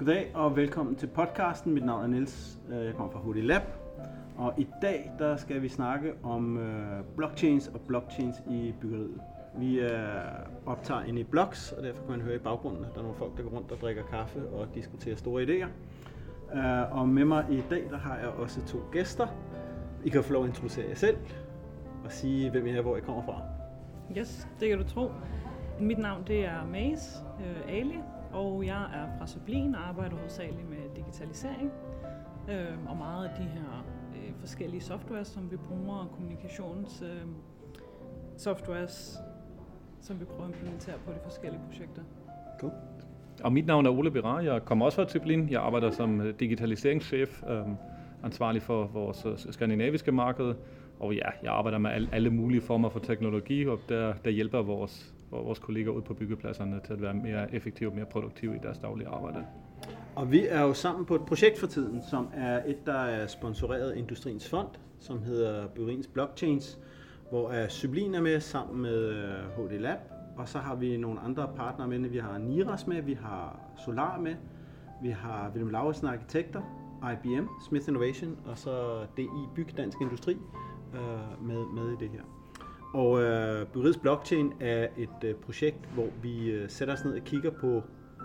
Goddag og velkommen til podcasten. Mit navn er Niels. Jeg kommer fra HD Lab. Og i dag der skal vi snakke om blockchains og blockchains i byggeriet. Vi optager inde i Blocks, og derfor kan man høre i baggrunden, at der er nogle folk, der går rundt og drikker kaffe og diskuterer store idéer. Og med mig i dag, der har jeg også to gæster. I kan få lov at introducere jer selv og sige, hvem I er, hvor I kommer fra. Yes, det kan du tro. Mit navn det er Maze Ali, og jeg er fra Sublin og arbejder hovedsageligt med digitalisering og meget af de her forskellige softwares, som vi bruger, og kommunikations softwares, som vi prøver at implementere på de forskellige projekter. Cool. Og mit navn er Ole Berar. Jeg kommer også fra Sublin. Jeg arbejder som digitaliseringschef, ansvarlig for vores skandinaviske marked. Og ja, jeg arbejder med alle mulige former for teknologi, og der hjælper vores kolleger ud på byggepladserne til at være mere effektive og mere produktive i deres daglige arbejde. Og vi er jo sammen på et projekt for tiden, som er et, der er sponsoreret af Industriens Fond, som hedder Byggeriets Blockchains, hvor Sublin er med sammen med HD Lab, og så har vi nogle andre partnere med. Vi har Niras med, vi har Solar med, vi har Willem Lauritzen Arkitekter, IBM, Smith Innovation, og så DI Byg Dansk Industri med i det her. Og Byggeriets Blockchain er et projekt, hvor vi sætter os ned og kigger på,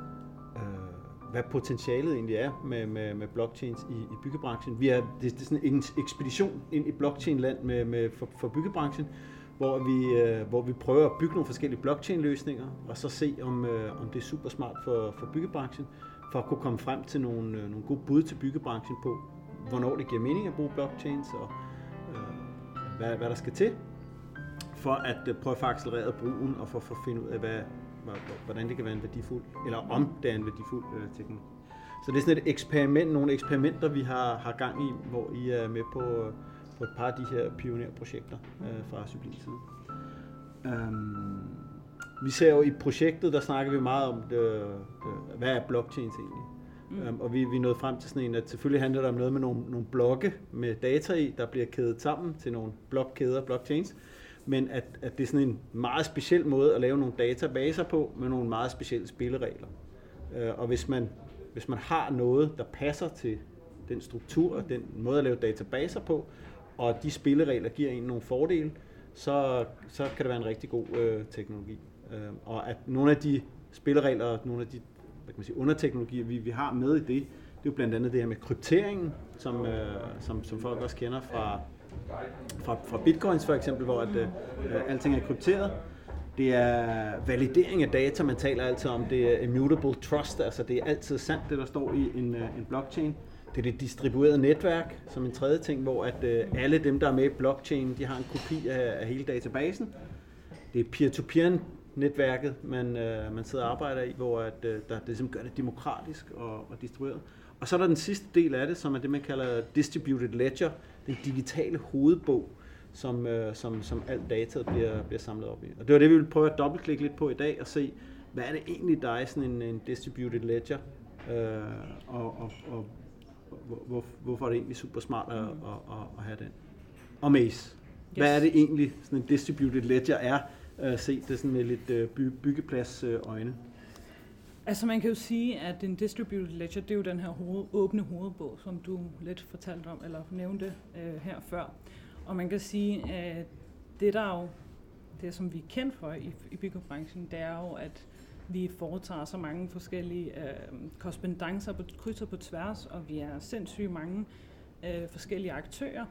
hvad potentialet egentlig er med blockchains i byggebranchen. Det er sådan en ekspedition ind i blockchain-land for byggebranchen, hvor vi prøver at bygge nogle forskellige blockchain-løsninger, og så se, om det er super smart for byggebranchen, for at kunne komme frem til nogle gode bud til byggebranchen på, hvornår det giver mening at bruge blockchains, og hvad der skal til, for at prøve at få accelereret brugen, og for at finde ud af, hvordan det kan være en værdifuld, eller om det er en værdifuld teknologi. Så det er sådan et eksperiment, nogle eksperimenter, vi har gang i, hvor I er med på et par af de her pionerprojekter fra Sublins side. Vi ser jo i projektet, der snakker vi meget om, hvad er blockchains egentlig? Og vi er nået frem til sådan en, at selvfølgelig handler det om noget med nogle blokke med data i, der bliver kædet sammen til nogle blokkæder, blockchains, men at det er sådan en meget speciel måde at lave nogle databaser på, med nogle meget specielle spilleregler. Og hvis man har noget, der passer til den struktur og den måde at lave databaser på, og de spilleregler giver en nogle fordele, så kan det være en rigtig god teknologi. Og at nogle af de spilleregler og nogle af de underteknologier, vi har med i det er jo blandt andet det her med krypteringen, som folk også kender fra bitcoins for eksempel, hvor alting er krypteret. Det er validering af data, man taler altid om. Det er immutable trust, altså det er altid sandt, det der står i en blockchain. Det er det distribuerede netværk, som en tredje ting, hvor alle dem, der er med i blockchain, de har en kopi af hele databasen. Det er peer-to-peer-netværket, man sidder og arbejder i, hvor det som gør det demokratisk og distribueret. Og så er der den sidste del af det, som er det, man kalder distributed ledger, den digitale hovedbog, som alt dataet bliver samlet op i. Og det var det, vi vil prøve at dobbeltklikke lidt på i dag og se, hvad er det egentlig, der er i sådan en distributed ledger, og hvorfor er det egentlig super smart at have den. Og Maze, hvad er det egentlig, sådan en distributed ledger er, set det sådan med lidt byggeplads øjne? Altså man kan jo sige, at en distributed ledger, det er jo den her åbne hovedbog, som du lidt fortalte om, eller nævnte her før. Og man kan sige, at det som vi er kendt for i byggebranchen, det er jo, at vi foretager så mange forskellige korrespondancer på kryds og på tværs, og vi er sindssygt mange forskellige aktører.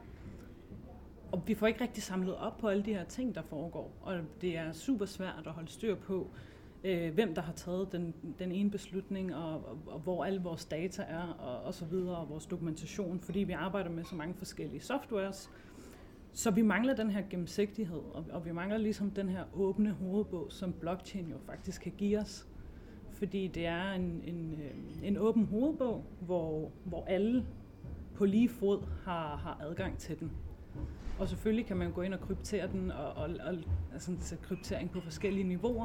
Og vi får ikke rigtig samlet op på alle de her ting, der foregår, og det er super svært at holde styr på, hvem der har taget den ene beslutning, og hvor alle vores data er, og så videre, og vores dokumentation, fordi vi arbejder med så mange forskellige softwares. Så vi mangler den her gennemsigtighed, og vi mangler ligesom den her åbne hovedbog, som blockchain jo faktisk kan give os. Fordi det er en åben hovedbog, hvor alle på lige fod har adgang til den. Og selvfølgelig kan man gå ind og kryptere den, og altså kryptering på forskellige niveauer,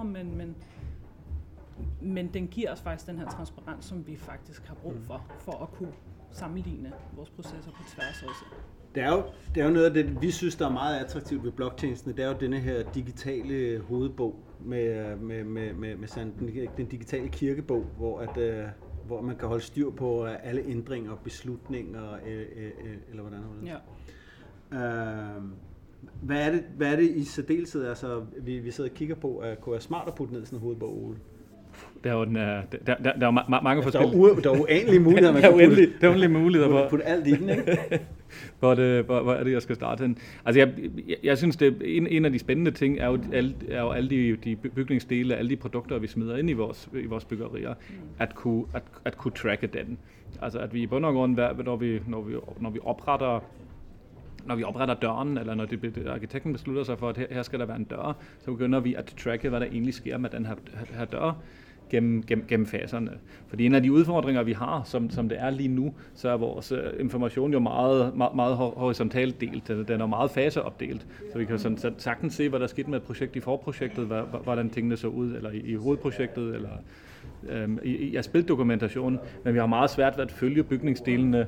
men den giver os faktisk den her transparens, som vi faktisk har brug for at kunne sammenligne vores processer på tværs også. Det er jo noget af det, vi synes, der er meget attraktivt ved blockchainsene. Det er jo denne her digitale hovedbog med den digitale kirkebog, hvor hvor man kan holde styr på alle ændringer og beslutninger, eller hvordan det er. Ja. Hvad er det i særdeleshed, altså, vi sidder og kigger på, at kunne være smart at putte ned i sådan en hovedbog, Ole? Der er jo mange forskellige... Der er uendelige muligheder, man kan uendelige muligheder. Putte alt i den, ikke? Hvor er det, jeg skal starte hen? Altså, jeg synes, det en af de spændende ting er jo alle de bygningsdele, alle de produkter, vi smider ind i vores byggerier, at kunne tracke den. Altså, at vi i bund og grund, når vi opretter døren, eller når arkitekten beslutter sig for, at her skal der være en dør, så begynder vi at tracke, hvad der egentlig sker med den her dør gennem faserne. Fordi en af de udfordringer, vi har, som det er lige nu, så er vores information jo meget horisontalt delt. Den er meget faseopdelt. Så vi kan sådan sagtens se, hvad der skete med et projekt i forprojektet, hvordan tingene så ud, eller i hovedprojektet, eller i spildokumentation. Men vi har meget svært ved at følge bygningsdelene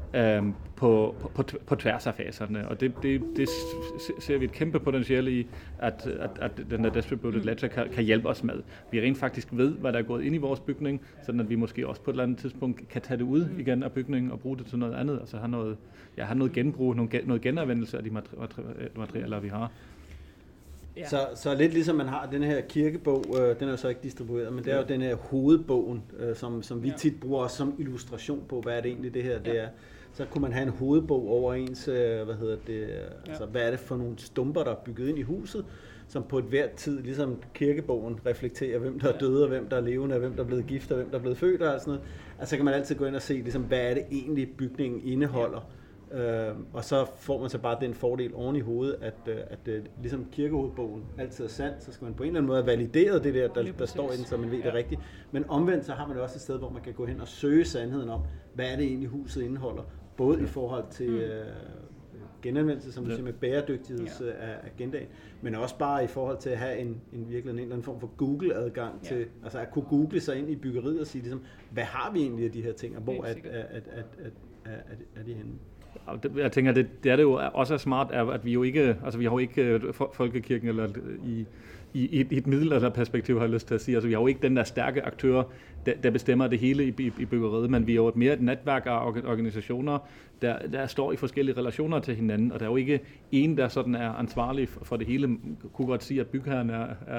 på tværs af faserne, og det ser vi et kæmpe potentiale i, at den der distributed ledger kan hjælpe os med. Vi rent faktisk ved, hvad der er gået ind i vores bygning, sådan at vi måske også på et eller andet tidspunkt kan tage det ud igen af bygningen og bruge det til noget andet, altså have noget genbrug, noget genanvendelse af de materialer, vi har. Ja. Så lidt ligesom man har den her kirkebog, den er jo så ikke distribueret, men det er jo den her hovedbogen, som vi tit bruger også som illustration på, hvad er det egentlig det her det er. Så kunne man have en hovedbog over ens, altså hvad er det for nogle stumper, der er bygget ind i huset, som på et hvert tid, ligesom kirkebogen, reflekterer, hvem der er døde, og hvem der er levende, og hvem der er blevet gift, og hvem der er blevet født, og sådan noget. Altså kan man altid gå ind og se, ligesom, hvad er det egentlig bygningen indeholder. Og så får man så bare den fordel oven i hovedet, at ligesom kirkehovedbogen altid er sand, så skal man på en eller anden måde have valideret det der står i den, så man ved det rigtigt. Men omvendt så har man også et sted, hvor man kan gå hen og søge sandheden om, hvad er det egentlig huset indeholder, både i forhold til genanvendelse, som du siger, med bæredygtighedsagendaen, men også bare i forhold til at have en eller anden form for Google-adgang til, altså at kunne google sig ind i byggeriet og sige, ligesom, hvad har vi egentlig af de her ting, og hvor er de henne? Jeg tænker, det er det jo også smart, at vi jo ikke, altså vi har jo ikke folkekirken eller i et middelalderperspektiv, har jeg lyst til at sige. Altså vi har jo ikke den der stærke aktør, der bestemmer det hele i byggeriet, men vi er jo mere et netværk af organisationer, der står i forskellige relationer til hinanden, og der er jo ikke en, der sådan er ansvarlig for det hele. Kunne godt sige, at bygherren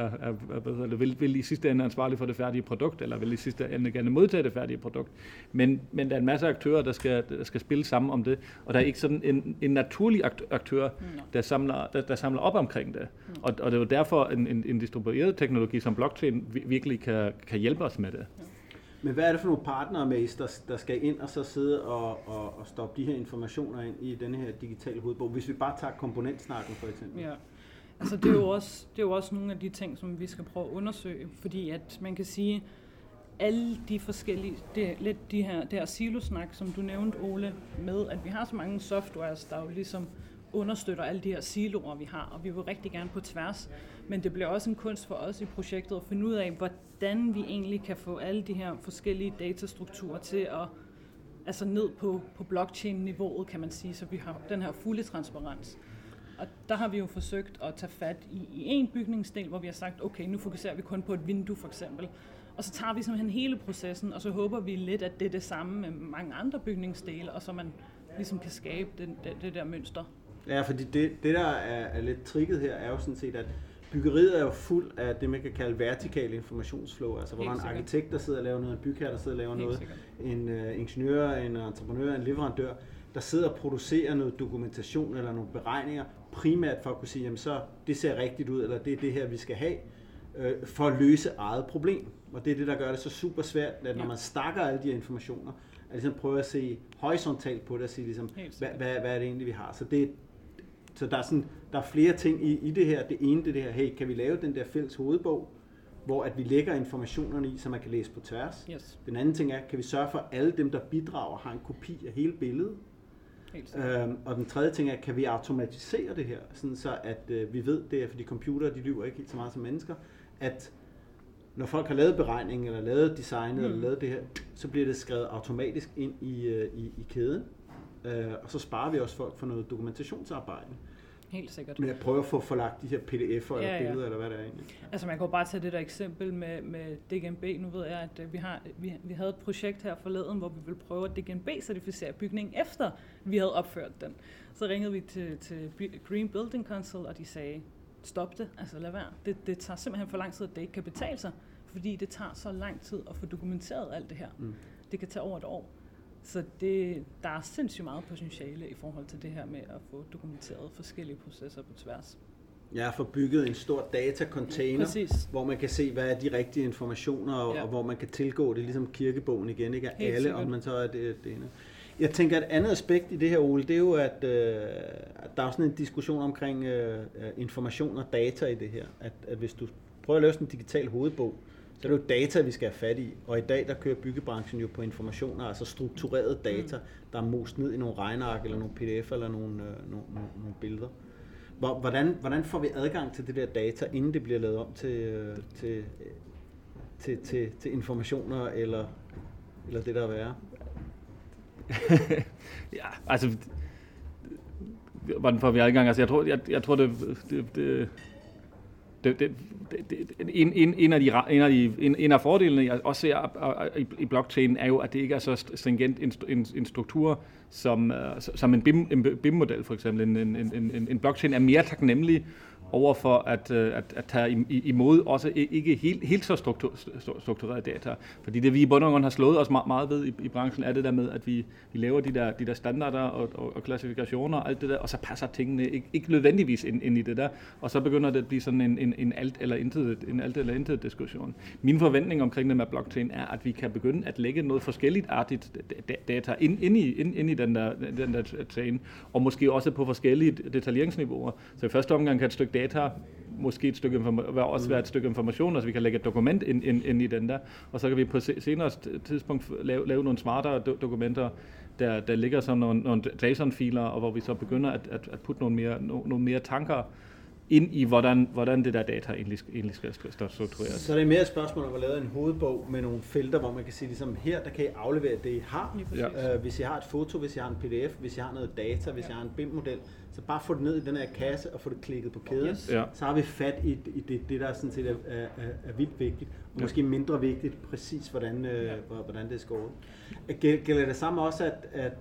vil i sidste ende ansvarlig for det færdige produkt, eller vil i sidste ende gerne modtage det færdige produkt. Men der er en masse aktører, der skal spille sammen om det, og der er ikke sådan en naturlig aktør, der samler op omkring det. Og det er jo derfor en distribueret teknologi som blockchain virkelig kan hjælpe os med det. Men hvad er det for nogle partnere, der skal ind og så sidde og stoppe de her informationer ind i denne her digitale hovedbog? Hvis vi bare tager komponentsnakken for eksempel. Ja, altså det er jo også nogle af de ting, som vi skal prøve at undersøge, fordi at man kan sige, alle de forskellige, det her silosnak, som du nævnte, Ole, med at vi har så mange softwares, der jo ligesom understøtter alle de her siloer, vi har, og vi vil rigtig gerne på tværs. Men det bliver også en kunst for os i projektet at finde ud af, hvordan vi egentlig kan få alle de her forskellige datastrukturer til at, altså ned på blockchain-niveauet, kan man sige, så vi har den her fulde transparens. Og der har vi jo forsøgt at tage fat i en bygningsdel, hvor vi har sagt, okay, nu fokuserer vi kun på et vindue for eksempel. Og så tager vi simpelthen hele processen, og så håber vi lidt, at det er det samme med mange andre bygningsdele, og så man ligesom kan skabe det der mønster. Ja, fordi det der er lidt tricket her, er jo sådan set, at byggeriet er jo fuld af det, man kan kalde vertikal informationsflow, altså hvor der er en arkitekt, der sidder og laver noget, en bygherre, der sidder og laver noget, en ingeniør, en entreprenør, en leverandør, der sidder og producerer noget dokumentation eller nogle beregninger, primært for at kunne sige, jamen så det ser rigtigt ud, eller det er det her, vi skal have, for at løse eget problem. Og det er det, der gør det så super svært, at når man stakker alle de her informationer, at ligesom prøve at se horisontalt på det og sige, ligesom, hvad er det egentlig, vi har. Så der er flere ting i det her. Det ene det her, hey, kan vi lave den der fælles hovedbog, hvor at vi lægger informationerne i, så man kan læse på tværs. Yes. Den anden ting er, kan vi sørge for, at alle dem, der bidrager, har en kopi af hele billedet. Og den tredje ting er, kan vi automatisere det her, sådan så at vi ved det, fordi computere, de lyver ikke helt så meget som mennesker, at når folk har lavet beregningen, eller lavet designet, eller lavet det her, så bliver det skrevet automatisk ind i kæden. Og så sparer vi også folk for noget dokumentationsarbejde. Helt sikkert. Men jeg prøver at få forlagt de her pdf'er eller billeder, eller hvad det er egentlig. Altså man kan jo bare tage det der eksempel med DGNB. Nu ved jeg, at vi havde et projekt her forleden, hvor vi ville prøve at DGNB-certificere bygningen efter vi havde opført den. Så ringede vi til Green Building Council, og de sagde, stop det, altså lad være. Det tager simpelthen for lang tid, at det ikke kan betale sig, fordi det tager så lang tid at få dokumenteret alt det her. Det kan tage over et år. Så der er sindssygt meget potentiale i forhold til det her med at få dokumenteret forskellige processer på tværs. Jeg har bygget en stor data-container, hvor man kan se, hvad er de rigtige informationer, og hvor man kan tilgå det, ligesom kirkebogen igen, ikke af alle, om man så er det ene. Jeg tænker, at et andet aspekt i det her, Ole, det er jo, at der er sådan en diskussion omkring information og data i det her. At hvis du prøver at lave sådan en digital hovedbog, så er det jo data, vi skal have fat i. Og i dag, der kører byggebranchen jo på informationer, altså strukturerede data, der er most ned i nogle regneark, eller nogle pdf'er, eller nogle billeder. Hvordan får vi adgang til det der data, inden det bliver lavet om til informationer, eller det, der er værre? Ja, altså, hvordan får vi adgang? Altså, jeg tror en af fordelene, jeg også ser i blockchain, er jo, at det ikke er så stringent en struktur som en BIM-model, for eksempel. En blockchain er mere taknemmelig overfor at tage imod også ikke helt så struktureret data. Fordi det vi i bund og grund har slået os meget ved i branchen, er det der med, at vi laver de der standarder og klassifikationer og alt det der, og så passer tingene ikke nødvendigvis ind i det der, og så begynder det at blive sådan en alt eller intet diskussion. Min forventning omkring det med blockchain er, at vi kan begynde at lægge noget forskelligt-artigt data ind i den der chain, og måske også på forskellige detaljeringsniveauer. Så i første omgang kan et stykke data måske et stykke også være et stykke information, altså vi kan lægge et dokument ind i den der, og så kan vi på senere tidspunkt lave nogle smartere dokumenter, der ligger som nogle JSON-filer, og hvor vi så begynder at putte nogle mere tanker ind i, hvordan det der data egentlig skal struktureres. Så det er mere et spørgsmål om at lave en hovedbog med nogle felter, hvor man kan sige, ligesom her, der kan I aflevere det, I har. Ja. Hvis I har et foto, hvis I har en pdf, hvis I har noget data, hvis I har en BIM-model, så bare få det ned i den her kasse og få det klikket på kæden. Yes. Ja. Så har vi fat i det der sådan set er vildt vigtigt, og måske mindre vigtigt præcis, hvordan det er skåret. Gælder det samme også,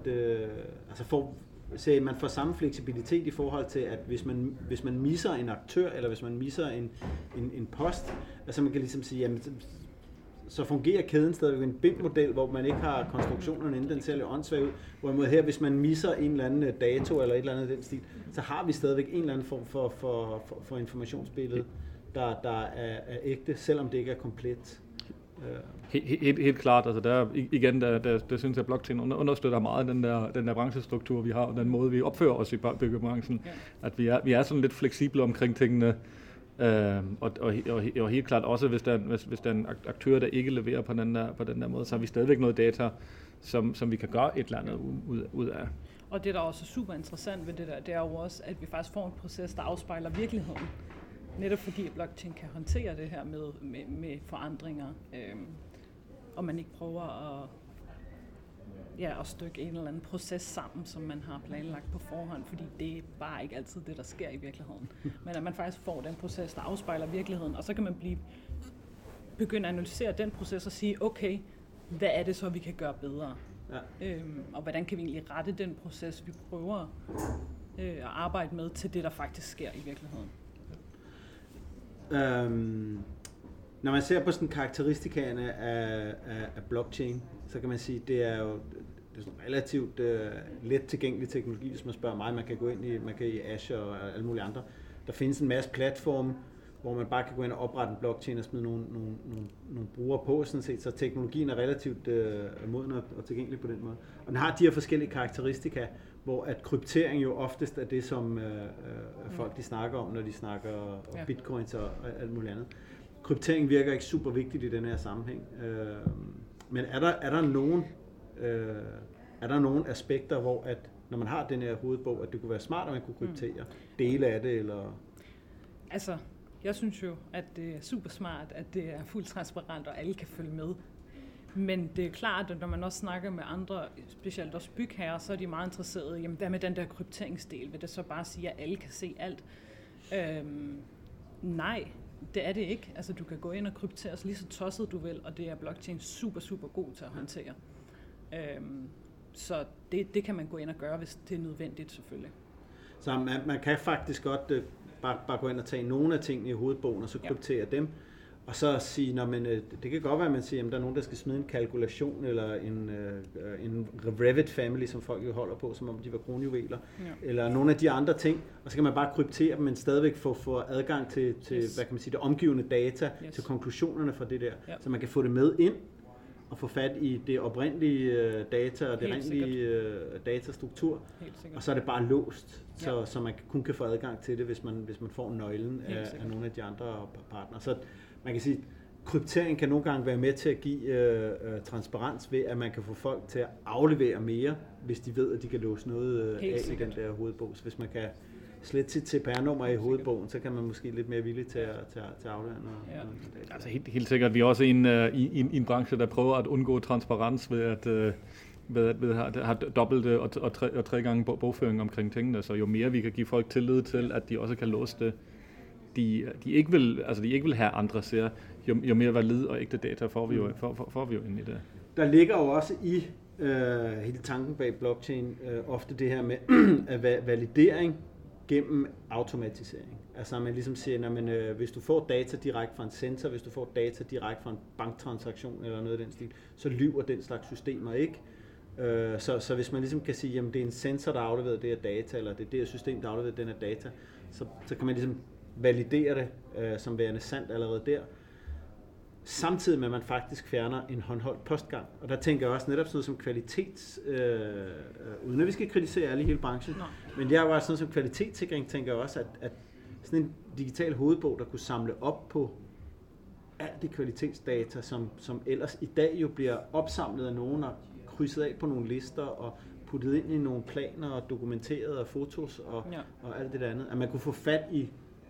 så man får samme fleksibilitet i forhold til, at hvis man misser en aktør, eller hvis man misser en post, altså man kan ligesom sige, jamen, så fungerer kæden stadigvæk en BIM-model, hvor man ikke har konstruktionerne inden, den ser lidt åndssvagt ud. Hvorimod her, hvis man misser en eller anden dato, eller et eller andet den stil, så har vi stadigvæk en eller anden form for informationsbillede, der er ægte, selvom det ikke er komplet. Helt klart, altså der igen, der synes jeg, blockchain understøtter meget den der branchestruktur, vi har, og den måde, vi opfører os i byggebranchen, at vi er sådan lidt fleksible omkring tingene, og helt klart også, hvis der er en aktør, der ikke leverer på den der måde, så har vi stadigvæk noget data, som vi kan gøre et eller andet ud af. Og det, der også er super interessant ved det der, det er jo også, at vi faktisk får en proces, der afspejler virkeligheden. Netop fordi blockchain kan håndtere det her med forandringer, og man ikke prøver at stykke en eller anden proces sammen, som man har planlagt på forhånd, fordi det er bare ikke altid det, der sker i virkeligheden. Men at man faktisk får den proces, der afspejler virkeligheden, og så kan man begynde at analysere den proces og sige, okay, hvad er det så, vi kan gøre bedre? Ja. Og hvordan kan vi egentlig rette den proces, vi prøver at arbejde med, til det, der faktisk sker i virkeligheden? Når man ser på sådan karakteristikerne af blockchain, så kan man sige, det er sådan relativt let tilgængelig teknologi, hvis man spørger mig. Man kan i Azure og alle mulige andre. Der findes en masse platforme, hvor man bare kan gå ind og oprette en blockchain og smide nogle brugere på, sådan set. Så teknologien er relativt moden og tilgængelig på den måde. Og den har de her forskellige karakteristika, hvor at kryptering jo oftest er det, som folk de snakker om, når de snakker bitcoins og alt muligt andet. Kryptering virker ikke super vigtigt i den her sammenhæng. Men er der nogen aspekter, hvor at, når man har den her hovedbog, at det kunne være smart, at man kunne kryptere dele af det, eller? Altså, jeg synes jo, at det er super smart, at det er fuldt transparent, og alle kan følge med. Men det er klart, at når man også snakker med andre, specielt også bygherrer, så er de meget interesserede i, hvad med den der krypteringsdel? Vil det så bare sige, at alle kan se alt? Nej, det er det ikke. Altså, du kan gå ind og kryptere lige så tosset du vil, og det er blockchain super, super god til at håndtere. Så det kan man gå ind og gøre, hvis det er nødvendigt selvfølgelig. Så man kan faktisk godt bare gå ind og tage nogle af tingene i hovedbogen, og så kryptere dem. Og så sige, det kan godt være, at man siger, at der er nogen, der skal smide en kalkulation, eller en Revit family, som folk jo holder på, som om de var kronjuveler, eller nogle af de andre ting, og så kan man bare kryptere dem, men stadigvæk få adgang til hvad kan man sige, det omgivende data, til konklusionerne fra det der, så man kan få det med ind, og få fat i det oprindelige data, og det oprindelige datastruktur, og så er det bare låst, så man kun kan få adgang til det, hvis man får nøglen af nogle af de andre partnere. Så man kan sige, at kryptering kan nogle gange være med til at give transparens ved, at man kan få folk til at aflevere mere, hvis de ved, at de kan låse noget af i den der hovedbog. Så hvis man kan slette sit CPR-nummer i hovedbogen, så kan man måske lidt mere villig til at aflevere noget. Altså helt sikkert. Vi er også i en branche, der prøver at undgå transparens ved at have dobbelt og tre gange bogføring omkring tingene. Så jo mere vi kan give folk tillid til, at de også kan låse det, de ikke vil have andre ser, jo mere valid og ægte data får vi jo ind i det. Der ligger jo også i hele tanken bag blockchain ofte det her med validering gennem automatisering. Altså man ligesom siger, hvis du får data direkte fra en sensor, hvis du får data direkte fra en banktransaktion eller noget af den stil, så lyver den slags systemer ikke. Så hvis man ligesom kan sige, at det er en sensor, der afleverer det her data, eller det er det her system, der afleverer den her data, så kan man ligesom validere det som værende sandt allerede der, samtidig med at man faktisk fjerner en håndholdt postgang. Og der tænker jeg også netop sådan noget som kvalitets, uden at vi skal kritisere alle i hele branchen, men jeg var sådan som kvalitetssikring, tænker jeg også, at sådan en digital hovedbog, der kunne samle op på alt det kvalitetsdata, som ellers i dag jo bliver opsamlet af nogen og krydset af på nogle lister og puttet ind i nogle planer og dokumenteret og fotos og alt det der andet. At man kunne få fat i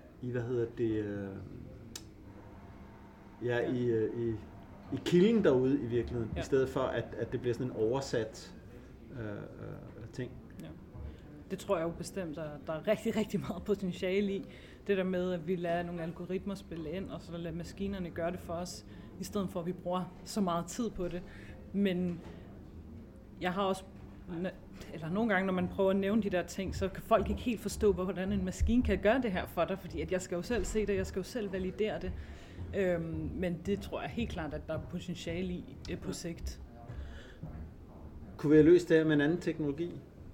i kilden derude i virkeligheden, i stedet for at det bliver sådan en oversat ting. Ja. Det tror jeg jo bestemt, at der er rigtig, rigtig meget potentiale i. Det der med, at vi lader nogle algoritmer spille ind, og så lader maskinerne gøre det for os, i stedet for at vi bruger så meget tid på det. Men jeg har også, eller nogle gange, når man prøver at nævne de der ting, så kan folk ikke helt forstå, hvordan en maskine kan gøre det her for dig, fordi at jeg skal jo selv se det, jeg skal jo selv validere det. Men det tror jeg helt klart, at der er potentiale i på sigt. Kunne vi have løst det her med en anden teknologi?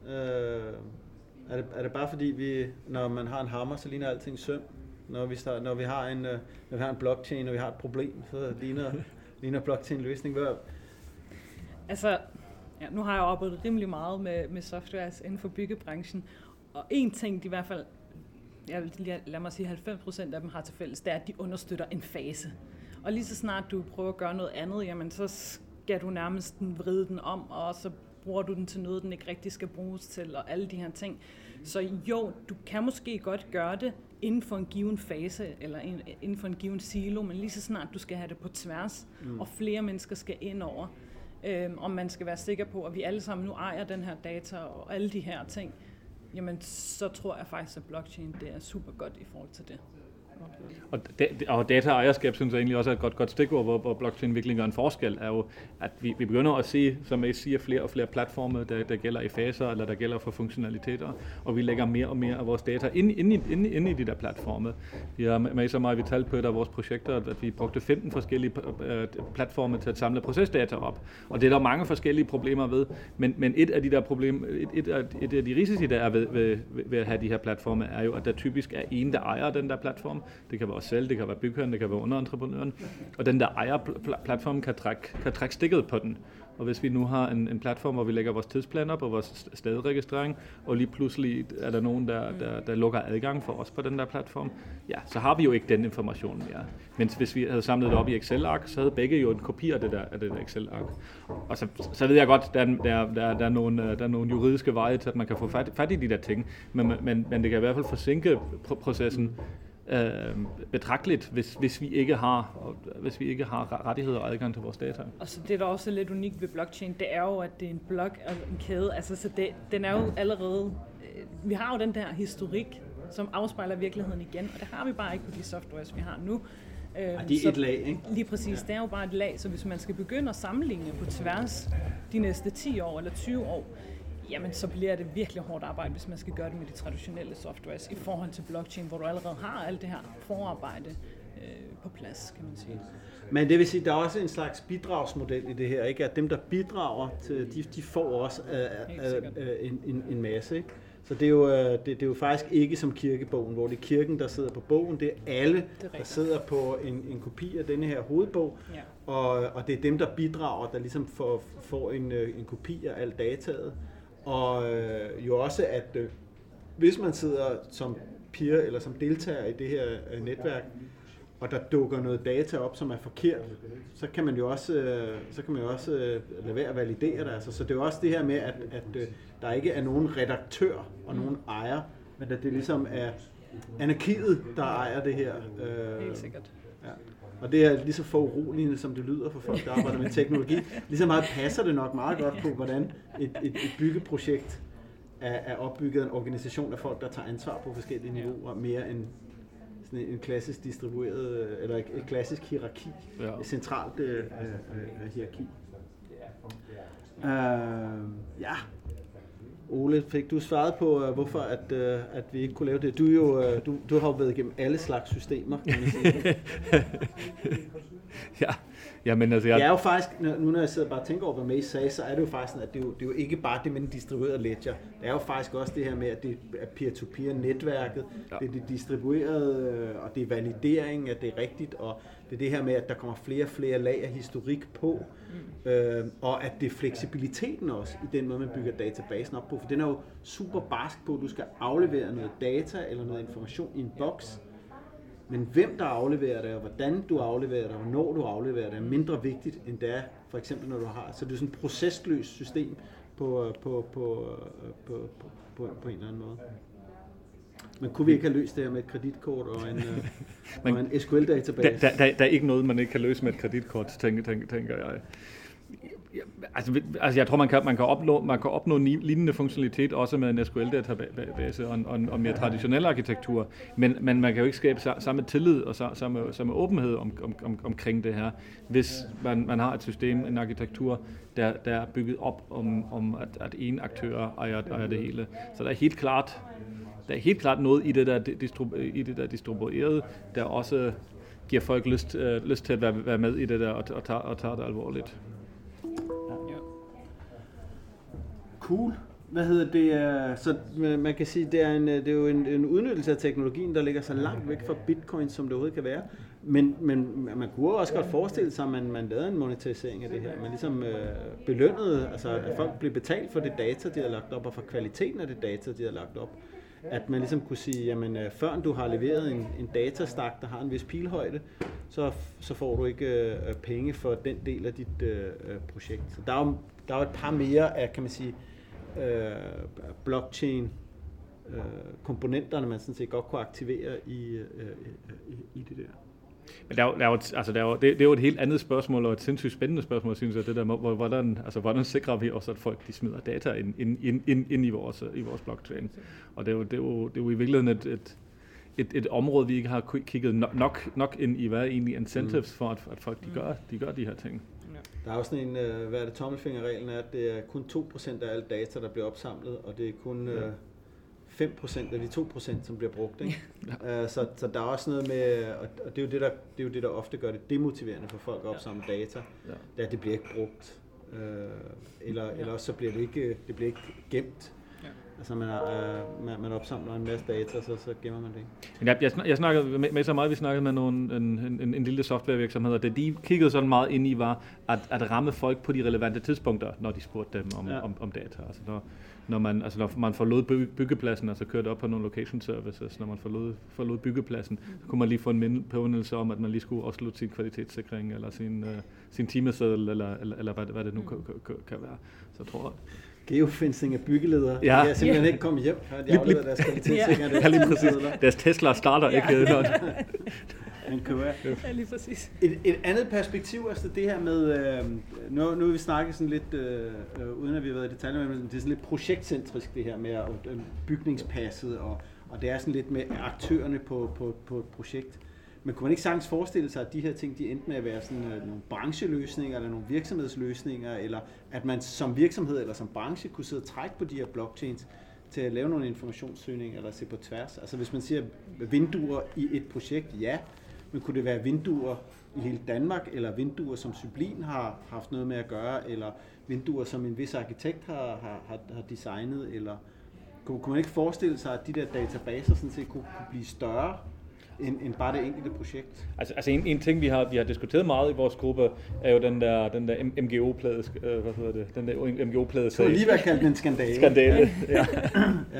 Er det bare fordi, når man har en hammer, så ligner alting søm? Når vi har en blockchain, og vi har et problem, så ligner blockchain løsning. Altså, nu har jeg arbejdet rimelig meget med softwares inden for byggebranchen, og en ting, de i hvert fald, lad mig sige 90% af dem har til fælles, det er, at de understøtter en fase. Og lige så snart du prøver at gøre noget andet, jamen så skal du nærmest vride den om, og så bruger du den til noget, den ikke rigtig skal bruges til, og alle de her ting. Så jo, du kan måske godt gøre det inden for en given fase, eller inden for en given silo, men lige så snart du skal have det på tværs, og flere mennesker skal ind over, og man skal være sikker på, at vi alle sammen nu ejer den her data og alle de her ting, jamen så tror jeg faktisk, at blockchain det er super godt i forhold til det. Og data-ejerskab synes jeg egentlig også er et godt stikord, hvor blockchain virkelig gør en forskel, er jo, at vi begynder at se, som I siger, flere og flere platforme, der gælder i faser, eller der gælder for funktionaliteter, og vi lægger mere og mere af vores data ind i de der platforme. Vi har med så meget, vi talte på et af vores projekter, at vi brugte 15 forskellige platforme til at samle procesdata op, og det er der mange forskellige problemer ved, men et af de der problemer, et af de risici, der er ved at have de her platforme, er jo, at der typisk er en, der ejer den der platform. Det kan være os selv, det kan være bygherren, det kan være underentreprenøren. Og den der ejer platformen kan trække stikket på den. Og hvis vi nu har en platform, hvor vi lægger vores tidsplan op og vores stedregistrering, og lige pludselig er der nogen, der lukker adgang for os på den der platform, ja, så har vi jo ikke den information mere. Mens hvis vi havde samlet det op i Excel-ark, så havde begge jo en kopi af det der Excel-ark. Og så ved jeg godt, der er nogle juridiske veje til, at man kan få fat i de der ting, men det kan i hvert fald forsinke processen, betragteligt, hvis vi ikke har rettigheder og adgang til vores data. Og så det, der også er lidt unikt ved blockchain, det er jo, at det er en blok og en kæde. Altså, så den er jo allerede... Vi har jo den der historik, som afspejler virkeligheden igen, og det har vi bare ikke på de softwares, vi har nu. Det er et lag, ikke? Lige præcis, det er jo bare et lag, så hvis man skal begynde at sammenligne på tværs de næste 10 år eller 20 år, jamen så bliver det virkelig hårdt arbejde, hvis man skal gøre det med de traditionelle softwares i forhold til blockchain, hvor du allerede har alt det her forarbejde på plads, kan man sige. Men det vil sige, at der er også en slags bidragsmodel i det her, ikke? At dem, der bidrager til, de får også en masse, ikke? Så det er jo faktisk ikke som kirkebogen, hvor det er kirken, der sidder på bogen. Det er alle, der sidder på en kopi af denne her hovedbog. Ja. Og det er dem, der bidrager, der ligesom får en kopi af alt dataet. Og jo også, at hvis man sidder som peer eller som deltager i det her netværk, og der dukker noget data op, som er forkert, så kan man jo også, lade være at validere det. Altså, så det er jo også det her med, at der ikke er nogen redaktør og nogen ejer, men at det ligesom er anarkiet, der ejer det her. Helt sikkert. Ja. Og det er lige så foruroligende, som det lyder for folk, der arbejder med teknologi. Lige meget passer det nok meget godt på, hvordan et byggeprojekt er opbygget en organisation af folk, der tager ansvar på forskellige niveauer, mere end sådan en klassisk distribueret, eller et klassisk hierarki, et centralt hierarki. Ja. Ole, fik du svaret på, hvorfor at vi ikke kunne lave det? Du har jo været igennem alle slags systemer, kan man sige. Ja, men altså... Det er jo faktisk, nu når jeg sidder bare og tænker over, hvad Mace sagde, så er det jo faktisk sådan, at det er jo ikke bare det med den distribuerede ledger. Det er jo faktisk også det her med, at det er peer-to-peer netværket, det er det distribuerede, og det er validering, at det er rigtigt, og det er det her med, at der kommer flere og flere lag af historik på, og at det er fleksibiliteten også, i den måde, man bygger databasen op på, for den er jo super barsk på, at du skal aflevere noget data eller noget information i en boks. Men hvem der afleverer det, og hvordan du afleverer det, og hvornår du afleverer det, er mindre vigtigt, end det er, for eksempel når du har. Så det er sådan et processløst system på en eller anden måde. Men kunne vi ikke have løst det her med et kreditkort og en SQL-database? Der er ikke noget, man ikke kan løse med et kreditkort, tænker jeg. Altså jeg tror, man kan opnå lignende funktionalitet også med en SQL-database og mere traditionel arkitektur, men man kan jo ikke skabe samme tillid og samme åbenhed omkring det her, hvis man har et system, en arkitektur, der er bygget op om at en aktør ejer det hele. Så der er helt klart noget i det der distribuerede, der også giver folk lyst til at være med i det der og tage det alvorligt. Cool. Hvad hedder det? Så man kan sige, det er jo en udnyttelse af teknologien, der ligger så langt væk fra Bitcoin, som det overhovedet kan være. Men man kunne også godt forestille sig, at man lavede en monetarisering af det her. Man ligesom belønnede, altså at folk blev betalt for det data, de har lagt op, og for kvaliteten af det data, de har lagt op. At man ligesom kunne sige, jamen før du har leveret en datastak, der har en vis pilhøjde, så får du ikke penge for den del af dit projekt. Så der er jo et par mere af, kan man sige, blockchain komponenterne, man sådan set godt kunne aktivere i det der. Men det er jo et helt andet spørgsmål, og et sindssygt spændende spørgsmål, synes jeg, det der med, hvordan sikrer vi også, at folk de smider data ind i vores blockchain. Og det er jo i virkeligheden et område, vi ikke har kigget nok ind i, hvad er egentlig incentives for, at folk de gør de her ting. Der er også sådan en, hvad er det, tommelfingerreglen er, at det er kun 2% af alt data, der bliver opsamlet, og det er kun 5% af de 2%, som bliver brugt. Ikke? Så der er også noget med, og det er jo det, der ofte gør det demotiverende for folk at opsamle data, det er, at det bliver ikke brugt, eller også så bliver det bliver ikke gemt. Altså man opsamler en masse data, så gemmer man det ikke. Jeg snakkede med så meget, vi snakkede med en lille softwarevirksomhed, og det de kiggede sådan meget ind i var at ramme folk på de relevante tidspunkter, når de spurgte dem om data. Altså når man forlod byggepladsen, altså kørte op på nogle location services, når man forlod byggepladsen, så kunne man lige få en påmindelse om, at man lige skulle afslutte sin kvalitetssikring, eller sin timeseddel, eller hvad det nu kan være. Så jeg tror, geofencing af byggeledere. Ja. De kan simpelthen ikke komme hjem, før de afleverer deres kvalitetssikring. Ja, lige præcis. Deres Tesla starter ikke. Når Ja, lige præcis. Et andet perspektiv, altså det her med, nu har vi snakket sådan lidt, uden at vi har været i detaljer, men det er sådan lidt projektcentrisk det her med bygningspasset, og det er sådan lidt med aktørerne på et projekt. Men kunne man ikke sagtens forestille sig, at de her ting, de endte med at være sådan nogle brancheløsninger, eller nogle virksomhedsløsninger, eller at man som virksomhed eller som branche kunne sidde og trække på de her blockchains til at lave nogle informationssøgninger eller se på tværs? Altså hvis man siger vinduer i et projekt, ja, men kunne det være vinduer i hele Danmark, eller vinduer, som Syblin har haft noget med at gøre, eller vinduer, som en vis arkitekt har designet, eller kunne man ikke forestille sig, at de der databaser sådan set kunne blive større end bare det enkelte projekt? Altså en ting, vi har diskuteret meget i vores gruppe, er jo den der MGO-plade, den der MGO-plade sag. Det kunne lige være kaldt en skandale. Skandale, ja. Ja.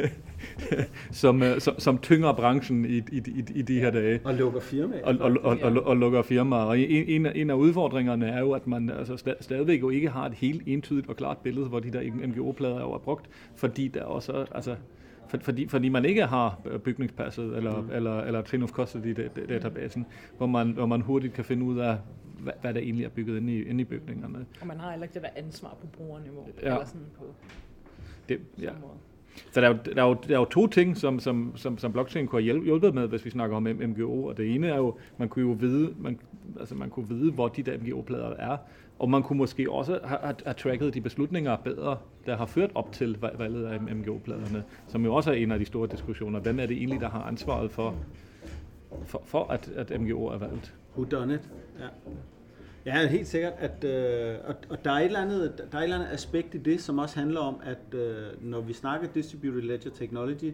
som tynger branchen i de her dage. Og lukker firmaer. Og lukker firmaer. Og en af udfordringerne er jo, at man altså stadigvæk jo ikke har et helt entydigt og klart billede, hvor de der MGO-plader er brugt, fordi der også altså fordi man ikke har bygningspasset eller chain of custody databasen, hvor man hurtigt kan finde ud af, hvad der egentlig er bygget inde i bygningerne. Og man har heller ikke det der ansvar på brugerniveau. Ja. Eller sådan på det, ja. Så der er jo to ting, som blockchain kunne have hjulpet med, hvis vi snakker om MGO. Og det ene er jo, man kunne vide, hvor de der MGO-plader er. Og man kunne måske også have tracket de beslutninger bedre, der har ført op til valget af MGO-pladerne, som jo også er en af de store diskussioner. Hvem er det egentlig, der har ansvaret for at MGO er valgt? Who done it? Ja. Ja, helt sikkert, at og der er et eller andet aspekt i det, som også handler om, at når vi snakker distributed ledger technology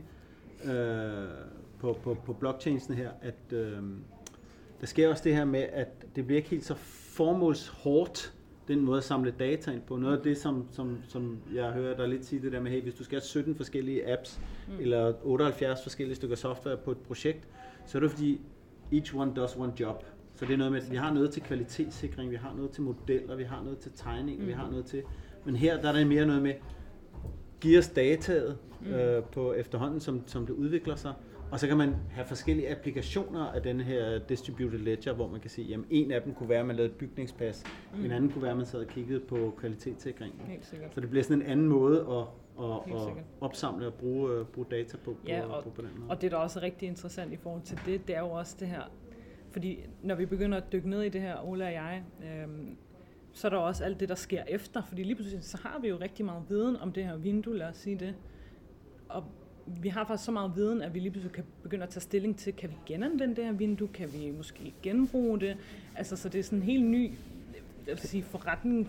på blockchainsene her, at der sker også det her med, at det bliver ikke helt så formålshårdt, den måde at samle data ind på. Noget af det, som jeg hører dig lidt sige, det der med, hey, hvis du skal have 17 forskellige apps, eller 78 forskellige stykker software på et projekt, så er det fordi, each one does one job. Så det er noget med, at vi har noget til kvalitetssikring, vi har noget til modeller, vi har noget til tegning, vi har noget til... Men her der er det mere noget med, giv os dataet på efterhånden, som det udvikler sig, og så kan man have forskellige applikationer af den her distributed ledger, hvor man kan sige, jamen en af dem kunne være, at man lavede et bygningspas, en anden kunne være, at man sad og kiggede på kvalitetssikring. Helt sikkert. Så det bliver sådan en anden måde at opsamle og bruge data på den måde. Og det, der også er rigtig interessant i forhold til det er jo også det her, fordi når vi begynder at dykke ned i det her, Ola og jeg, så er der også alt det, der sker efter. Fordi lige pludselig, så har vi jo rigtig meget viden om det her vindue, lad os sige det. Og vi har faktisk så meget viden, at vi lige pludselig kan begynde at tage stilling til, kan vi genanvende det her vindue? Kan vi måske genbruge det? Altså, så det er sådan en helt ny forretning,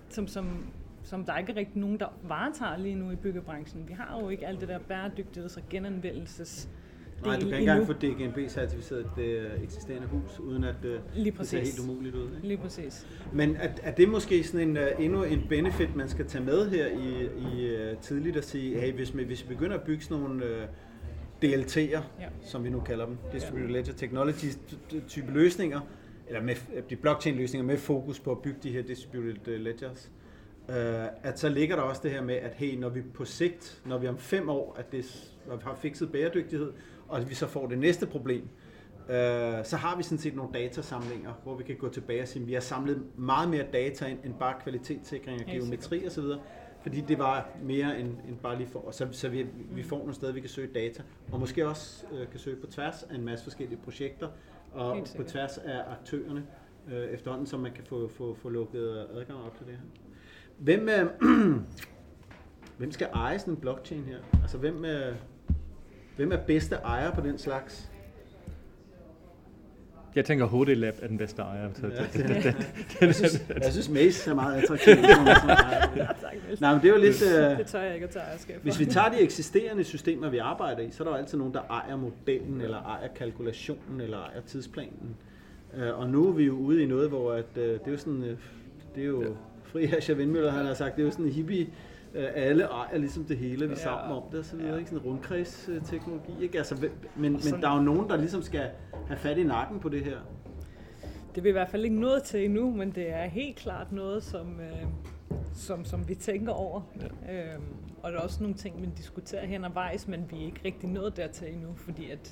som der ikke er rigtig nogen, der varetager lige nu i byggebranchen. Vi har jo ikke alt det der bæredygtigheds- og genanvendelses. Nej, du kan ikke engang få DGNB-certificeret et eksisterende hus, uden at det ser helt umuligt ud. Ikke? Lige præcis. Men er det måske sådan endnu en benefit, man skal tage med her i tidligt at sige, hey, hvis vi begynder at bygge sådan nogle DLT'er, som vi nu kalder dem, Distributed Ledger Technology-type løsninger, eller med de blockchain-løsninger med fokus på at bygge de her Distributed Ledgers, at så ligger der også det her med, at hey, når vi på sigt, når vi om 5 år, når vi har fikset bæredygtighed, og vi så får det næste problem, så har vi sådan set nogle datasamlinger, hvor vi kan gå tilbage og sige, at vi har samlet meget mere data end bare kvalitetssikring og geometri osv., fordi det var mere end bare lige for, så vi får nogle steder, vi kan søge data, og måske også kan søge på tværs af en masse forskellige projekter, og på tværs af aktørerne, efterhånden, så man kan få lukket adgang op til det her. Hvem skal eje sådan en blockchain her? Altså, hvem er bedste ejer på den slags? Jeg tænker, HD Lab er den bedste ejer. Jeg synes Maze er meget attraktiv. Nej, men det er jo lidt... det tør jeg ikke at tage ejerskab for. Hvis vi tager de eksisterende systemer, vi arbejder i, så er der jo altid nogen, der ejer modellen, eller ejer kalkulationen, eller ejer tidsplanen. Og nu er vi jo ude i noget, hvor det er jo sådan... Det er jo Friherr Vindmøller, han har sagt, det er jo sådan en hippie... Alle ejer ligesom det hele, vi er sammen om det og så videre, ikke? Sådan en rundkredsteknologi, ikke? Altså, men der er jo nogen, der ligesom skal have fat i nakken på det her. Det vil i hvert fald ikke noget til endnu, men det er helt klart noget, som vi tænker over. Ja. Og der er også nogle ting, man diskuterer hen ad vejs, men vi er ikke rigtig nået dertil endnu, fordi at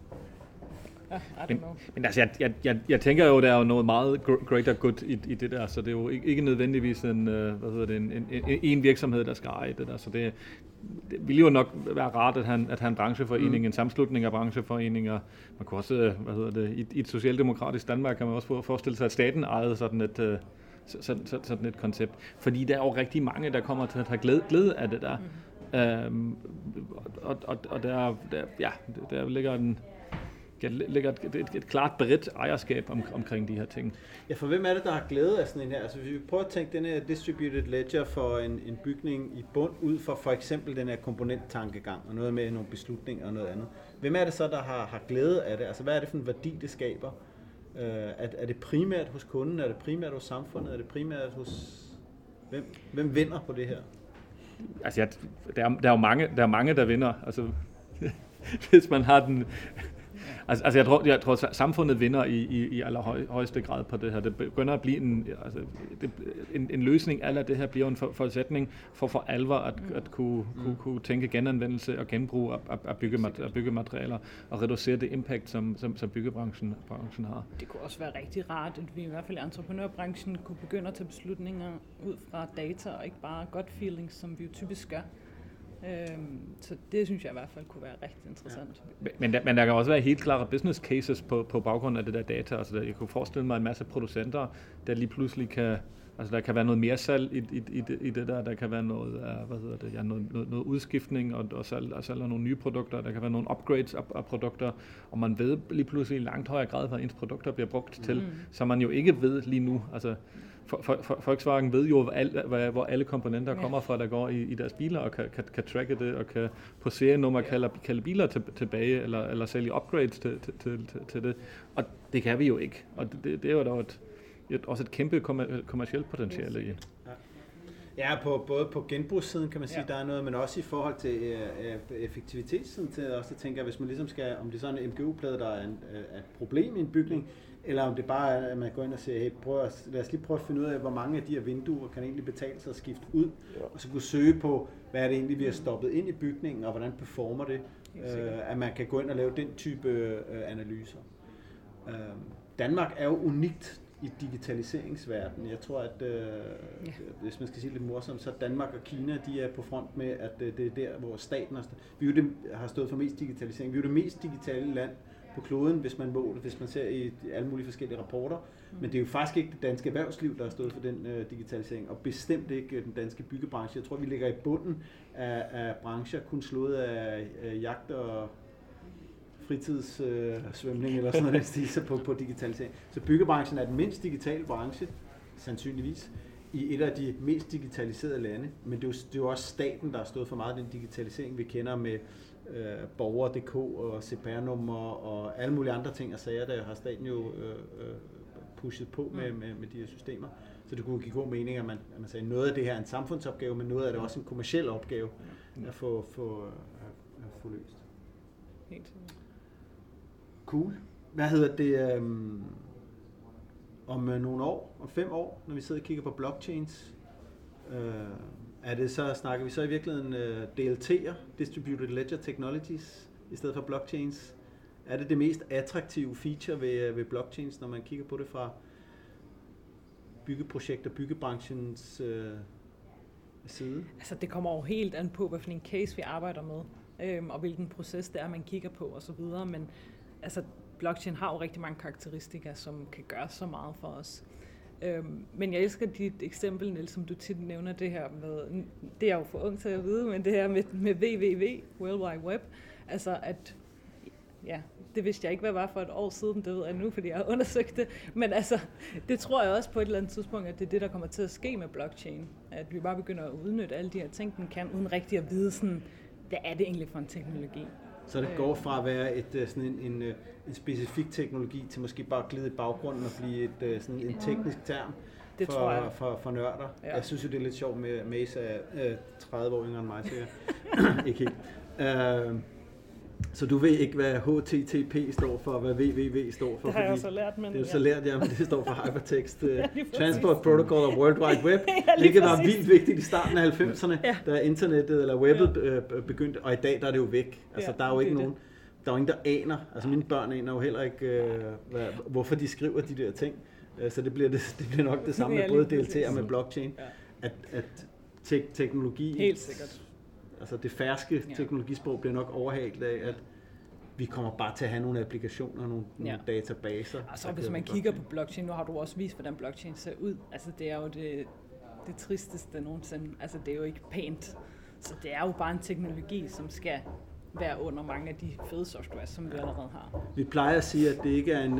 men altså, jeg tænker jo, der er jo noget meget greater good i det der, så det er jo ikke nødvendigvis en virksomhed, der skal eje det der, så det ville jo nok være rart at have en brancheforening, en sammenslutning af brancheforeninger. Man kunne også, i et socialdemokratisk Danmark kan man også forestille sig, at staten ejede sådan et koncept, fordi der er jo rigtig mange, der kommer til at have glæde af det der, og der ligger et klart bredt ejerskab omkring de her ting. Ja, for hvem er det, der har glæde af sådan en her? Altså, hvis vi prøver at tænke den her distributed ledger for en bygning i bund ud for eksempel den her komponenttankegang og noget med nogle beslutninger og noget andet. Hvem er det så, der har glæde af det? Altså, hvad er det for en værdi, det skaber? Er det primært hos kunden? Er det primært hos samfundet? Er det primært hos... Hvem vinder på det her? Altså, der er mange, der vinder. Altså, hvis man har den... Altså jeg tror samfundet vinder i allerhøjeste grad på det her. Det begynder at blive en løsning, eller det her bliver en forudsætning for alvor at kunne tænke genanvendelse og genbrug af byggematerialer og reducere det impact, som byggebranchen har. Det kunne også være rigtig rart, at vi i hvert fald i entreprenørbranchen kunne begynde at tage beslutninger ud fra data og ikke bare gut feelings, som vi jo typisk gør. Så det synes jeg i hvert fald kunne være rigtig interessant. Ja. Men der kan også være helt klare business cases på baggrund af det der data. Altså jeg kunne forestille mig en masse producenter, der lige pludselig kan, altså der kan være noget mere salg i det der. Der kan være noget, noget udskiftning og salg af nogle nye produkter. Der kan være nogle upgrades af produkter, og man ved lige pludselig i langt højere grad, hvad ens produkter bliver brugt til, som man jo ikke ved lige nu. Altså Volkswagen ved jo, hvor alle komponenter kommer fra, der går i deres biler, og kan tracke det, og kan på serienummer kalde biler tilbage, eller sælge upgrades til det. Og det kan vi jo ikke. Og det er jo da også et kæmpe kommercielt potentiale i. Ja, både på genbrugssiden kan man sige, der er noget, men også i forhold til effektivitetssiden til også at tænke, at hvis man ligesom skal, om det er sådan en MGU-plade, der er et problem i en bygning, eller om det bare er, at man går ind og siger, hey, lad os lige prøve at finde ud af, hvor mange af de her vinduer kan egentlig betale sig at skifte ud, og så kunne søge på, hvad er det egentlig, vi har stoppet ind i bygningen, og hvordan performer det, at man kan gå ind og lave den type analyser. Danmark er jo unikt i digitaliseringsverdenen. Jeg tror, at hvis man skal sige lidt morsomt, så Danmark og Kina, de er på front med, at det er der, hvor staten har stået for mest digitalisering. Vi er jo det mest digitale land på kloden, hvis man ser i alle mulige forskellige rapporter. Men det er jo faktisk ikke det danske erhvervsliv, der har stået for den digitalisering, og bestemt ikke den danske byggebranche. Jeg tror, vi ligger i bunden af brancher, kun slået af jagt og fritidssvømning eller sådan noget stil på digitalisering. Så byggebranchen er den mindst digitale branche, sandsynligvis, i et af de mest digitaliserede lande. Men det er jo også staten, der har stået for meget af den digitalisering, vi kender med borger.dk og CPR-nummer og alle mulige andre ting og sager, der har staten jo pushet på med de her systemer. Så det kunne give god mening, at man sagde, at noget af det her er en samfundsopgave, men noget af det er også en kommerciel opgave at få løst. Helt. Cool. Hvad hedder det om nogle år, om 5 år, når vi sidder og kigger på blockchains? Er det så, snakker vi så i virkeligheden DLT'er, Distributed Ledger Technologies, i stedet for blockchains? Er det mest attraktive feature ved blockchains, når man kigger på det fra byggeprojekter, byggebranchens side? Altså det kommer jo helt an på, hvad for en case vi arbejder med, og hvilken proces det er, man kigger på osv., men altså blockchain har jo rigtig mange karakteristika, som kan gøre så meget for os. Men jeg elsker dit eksempel, Niels, som du tit nævner det her med, det er jo for ung til at vide, men det her med WWW, World Wide Web, altså at, ja, det vidste jeg ikke, hvad var for et år siden, det ved jeg nu, fordi jeg har undersøgt det, men altså, det tror jeg også på et eller andet tidspunkt, at det er det, der kommer til at ske med blockchain, at vi bare begynder at udnytte alle de her ting, den kan, uden rigtig at vide sådan, hvad er det egentlig for en teknologi. Så det går fra at være sådan en specifik teknologi til måske bare at glide i baggrunden og blive sådan en teknisk term for nørder. Ja. Jeg synes jo, det er lidt sjovt med Mace er 30 år yngre end mig, så jeg ikke helt. Så du ved ikke, hvad HTTP står for, og hvad WWW står for? Det har jeg også lært, men... Det er jo så lært, men det står for Hypertext Transport Protocol of World Wide Web, hvilket var vildt vigtigt i starten af 90'erne, da internettet eller webbet begyndte, og i dag der er det jo væk. Altså, der er jo ikke nogen... Der er jo ingen, der aner, altså mine børn aner jo heller ikke, hvorfor de skriver de der ting. Så det bliver nok det samme med både DLT og med blockchain, at teknologi, helt sikkert. Altså det ferske teknologisprog bliver nok overhalet af, at vi kommer bare til at have nogle applikationer, nogle databaser. Altså hvis man kigger på blockchain, nu har du også vist, hvordan blockchain ser ud. Altså det er jo det tristeste nogensinde. Altså det er jo ikke pænt. Så det er jo bare en teknologi, som skal være under mange af de fede software, som vi allerede har. Vi plejer at sige, at det ikke er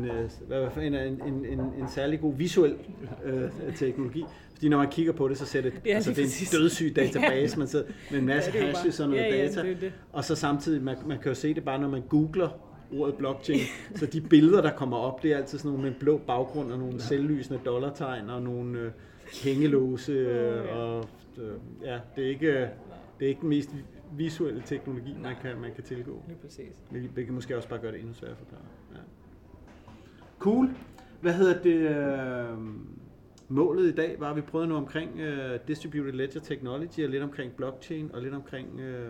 en særlig god visuel teknologi. Fordi når man kigger på det, så ser det, det er en dødssyg database, man sidder med en masse hashes og noget data. Det. Og så samtidig, man kan jo se det bare, når man googler ordet blockchain, så de billeder, der kommer op, det er altid sådan nogle med en blå baggrund og nogle selvlysende dollartegn og nogle hængelåse. Og det er ikke den mest visuelle teknologi, man kan tilgå. Lige præcis. Det kan måske også bare gøre det endnu sværere at forklare. Ja. Cool. Hvad hedder det? Målet i dag var, at vi prøvede noget omkring Distributed Ledger Technology, og lidt omkring blockchain, og lidt omkring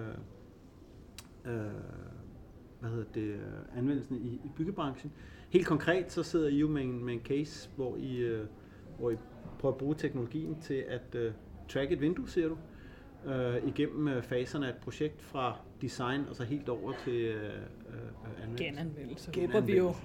anvendelsen i byggebranchen. Helt konkret, så sidder I jo med en case, hvor I prøver at bruge teknologien til at track et vindue, siger du, igennem faserne af et projekt fra design og så helt over til genanvendelse. Håber vi jo.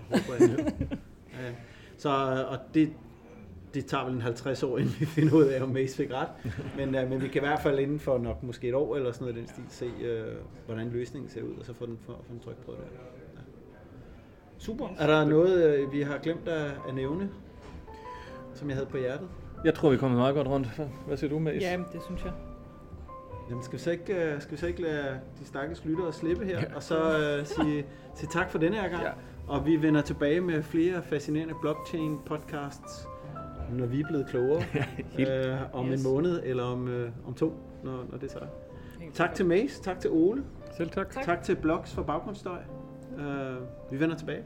Så og det tager vel en 50 år, inden vi finder ud af, om Mace fik ret. Men vi kan i hvert fald inden for nok måske et år eller sådan noget i den stil se, hvordan løsningen ser ud, og så få den tryk på det. Ja. Super. Er der noget, vi har glemt at nævne, som jeg havde på hjertet? Jeg tror, vi kommer meget godt rundt. Hvad siger du, Mace? Ja, det synes jeg. Jamen, skal vi så ikke lade de stakkels lyttere slippe her, og så sige tak for denne her gang. Ja. Og vi vender tilbage med flere fascinerende blockchain-podcasts, når vi er blevet klogere om en måned eller om 2, når det så er. Tak til Mace, tak til Ole. Selv tak. Tak til Blogs for baggrundsstøj. Vi vender tilbage.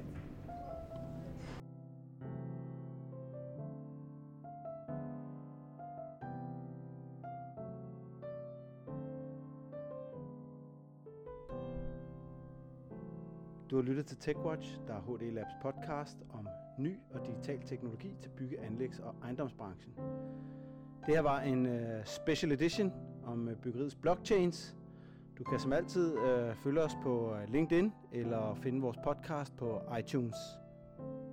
Du har lyttet til TechWatch, der er HD Labs podcast om ny og digital teknologi til bygge-, anlægs- og ejendomsbranchen. Det her var en special edition om byggeriets blockchains. Du kan som altid følge os på LinkedIn eller finde vores podcast på iTunes.